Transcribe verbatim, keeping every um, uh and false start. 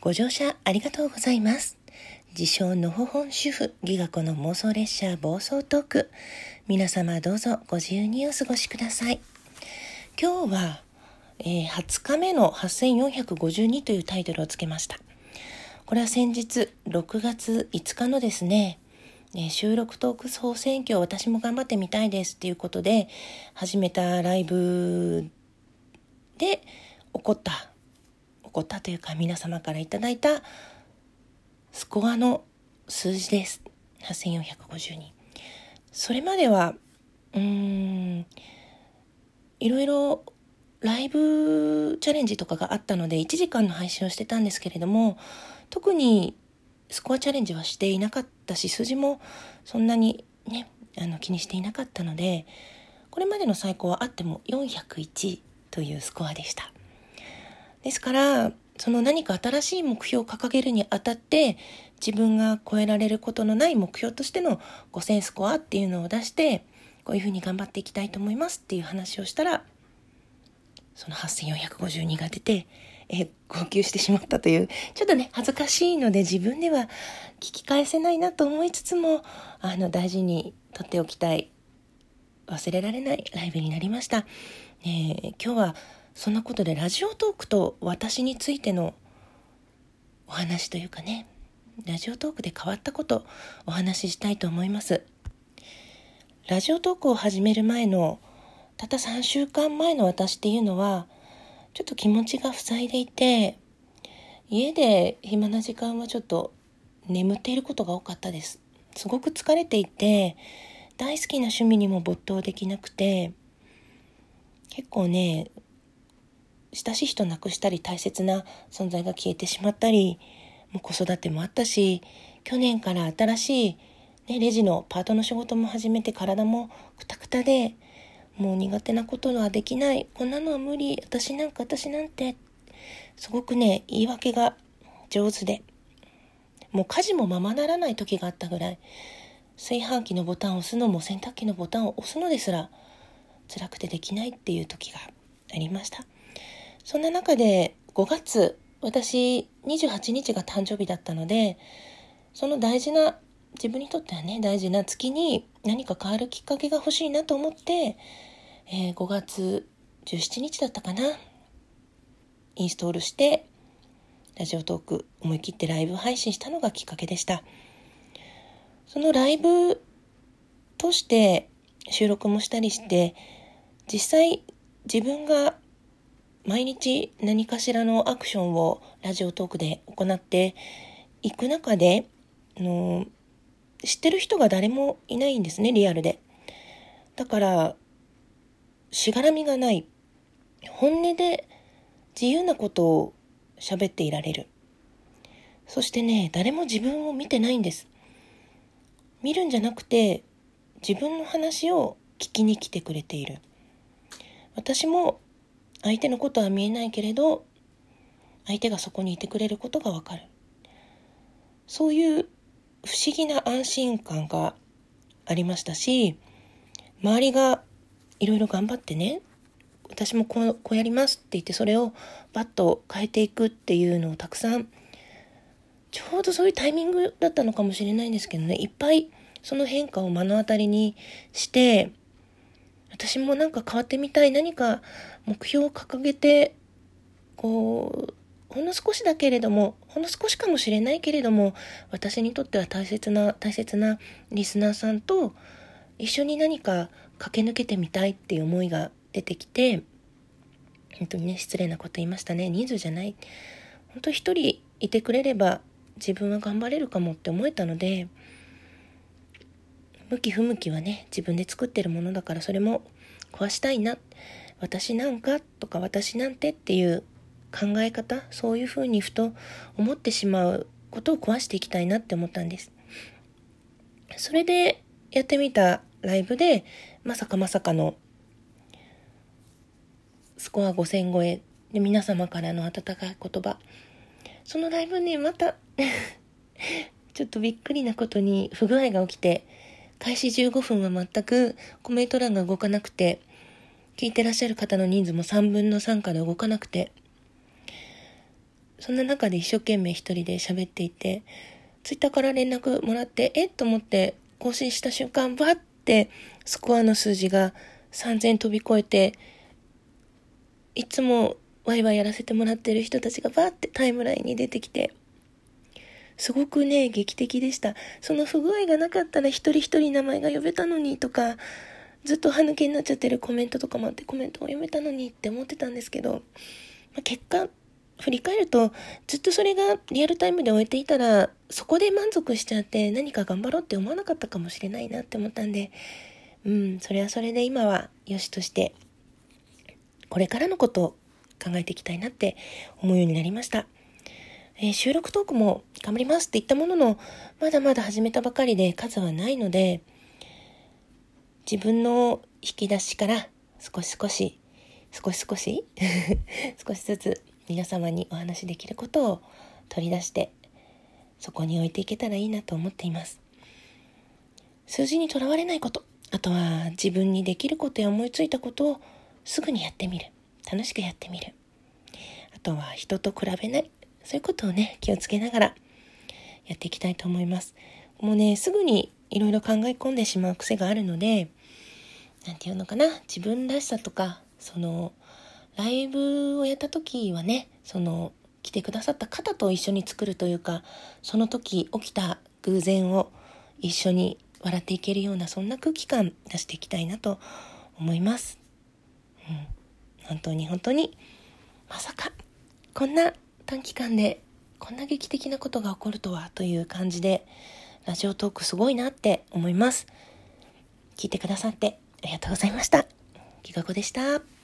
ご乗車ありがとうございます。自称のほほん主婦ギガ子の妄想列車暴走トーク。皆様どうぞご自由にお過ごしください。今日は、えー、はつかめのはっせんよんひゃくごじゅうにというタイトルをつけました。これは先日ろくがついつかのですね、えー、収録トーク総選挙私も頑張ってみたいですっていうことで始めたライブで起こった起こったというか皆様からいただいたスコアの数字です。はっせんよんひゃくごじゅうに。それまではうーんいろいろライブチャレンジとかがあったのでいちじかんの配信をしてたんですけれども、特にスコアチャレンジはしていなかったし、数字もそんなにねあの気にしていなかったので、これまでの最高はあってもよんひゃくいちというスコアでした。ですからその何か新しい目標を掲げるにあたって自分が超えられることのない目標としてのごせんスコアっていうのを出して、こういうふうに頑張っていきたいと思いますっていう話をしたら、そのはっせんよんひゃくごじゅうにが出て、え号泣してしまったという、ちょっとね恥ずかしいので自分では聞き返せないなと思いつつも、あの大事に取っておきたい、忘れられないライブになりました。えー、今日はそんなことでラジオトークと私についてのお話というかね、ラジオトークで変わったことお話ししたいと思います。ラジオトークを始める前のたったさんしゅうかんまえの私っていうのはちょっと気持ちが塞いでいて、家で暇な時間はちょっと眠っていることが多かったです。すごく疲れていて大好きな趣味にも没頭できなくて、結構ね親しい人を亡くしたり大切な存在が消えてしまったり、もう子育てもあったし、去年から新しい、ね、レジのパートの仕事も始めて体もクタクタで、もう苦手なことはできない、こんなのは無理、私なんか私なんて、すごくね言い訳が上手で、もう家事もままならない時があったぐらい、炊飯器のボタンを押すのも洗濯機のボタンを押すのですら辛くてできないっていう時がありました。そんな中でごがつ、私にじゅうはちにちが誕生日だったので、その大事な、自分にとってはね大事な月に何か変わるきっかけが欲しいなと思って、えー、ごがつじゅうしちにちだったかな、インストールしてラジオトーク思い切ってライブ配信したのがきっかけでした。そのライブとして収録もしたりして、実際自分が毎日何かしらのアクションをラジオトークで行っていく中で、あの知ってる人が誰もいないんですね、リアルで。だからしがらみがない、本音で自由なことを喋っていられる。そしてね、誰も自分を見てないんです。見るんじゃなくて自分の話を聞きに来てくれている。私も相手のことは見えないけれど、相手がそこにいてくれることがわかる。そういう不思議な安心感がありましたし、周りがいろいろ頑張ってね、私もこう、こうやりますって言って、それをバッと変えていくっていうのをたくさん、ちょうどそういうタイミングだったのかもしれないんですけどね、いっぱいその変化を目の当たりにして、私もなんか変わってみたい、何か目標を掲げて、こうほんの少しだけれども、ほんの少しかもしれないけれども、私にとっては大切な大切なリスナーさんと一緒に何か駆け抜けてみたいっていう思いが出てきて、本当にね失礼なこと言いましたね。人数じゃない、本当一人いてくれれば自分は頑張れるかもって思えたので、向き不向きはね自分で作ってるものだから、それも壊したいな、私なんかとか私なんてっていう考え方、そういうふうにふと思ってしまうことを壊していきたいなって思ったんです。それでやってみたライブでまさかまさかのスコアごせん超えで、皆様からの温かい言葉、そのライブねまたちょっとびっくりなことに不具合が起きて、開始じゅうごふんは全くコメント欄が動かなくて、聞いてらっしゃる方の人数もさんぶんのさんから動かなくて、 そんな中で一生懸命一人で喋っていて、ツイッターから連絡もらって、えっと思って更新した瞬間、バッてスコアの数字がさんぜん飛び越えて、いつもワイワイやらせてもらってる人たちがバーってタイムラインに出てきて、すごくね、劇的でした。その不具合がなかったら一人一人名前が呼べたのにとか、ずっと歯抜けになっちゃってるコメントとかもあってコメントを読めたのにって思ってたんですけど、まあ、結果振り返るとずっとそれがリアルタイムで終えていたらそこで満足しちゃって何か頑張ろうって思わなかったかもしれないなって思ったんで、うんそれはそれで今はよしとしてこれからのことを考えていきたいなって思うようになりました。えー、収録トークも頑張りますって言ったもののまだまだ始めたばかりで数はないので、自分の引き出しから少し少し少し少し少しずつ皆様にお話しできることを取り出してそこに置いていけたらいいなと思っています。数字にとらわれないこと、あとは自分にできることや思いついたことをすぐにやってみる、楽しくやってみる、あとは人と比べない、そういうことをね気をつけながらやっていきたいと思います。もうねすぐにいろいろ考え込んでしまう癖があるので、なんていうのかな、自分らしさとかそのライブをやった時はね、その来てくださった方と一緒に作るというか、その時起きた偶然を一緒に笑っていけるようなそんな空気感出していきたいなと思います。うん、本当に本当にまさかこんな短期間でこんな劇的なことが起こるとはという感じで、ラジオトークすごいなって思います。聞いてくださってありがとうございました。ギガ子でした。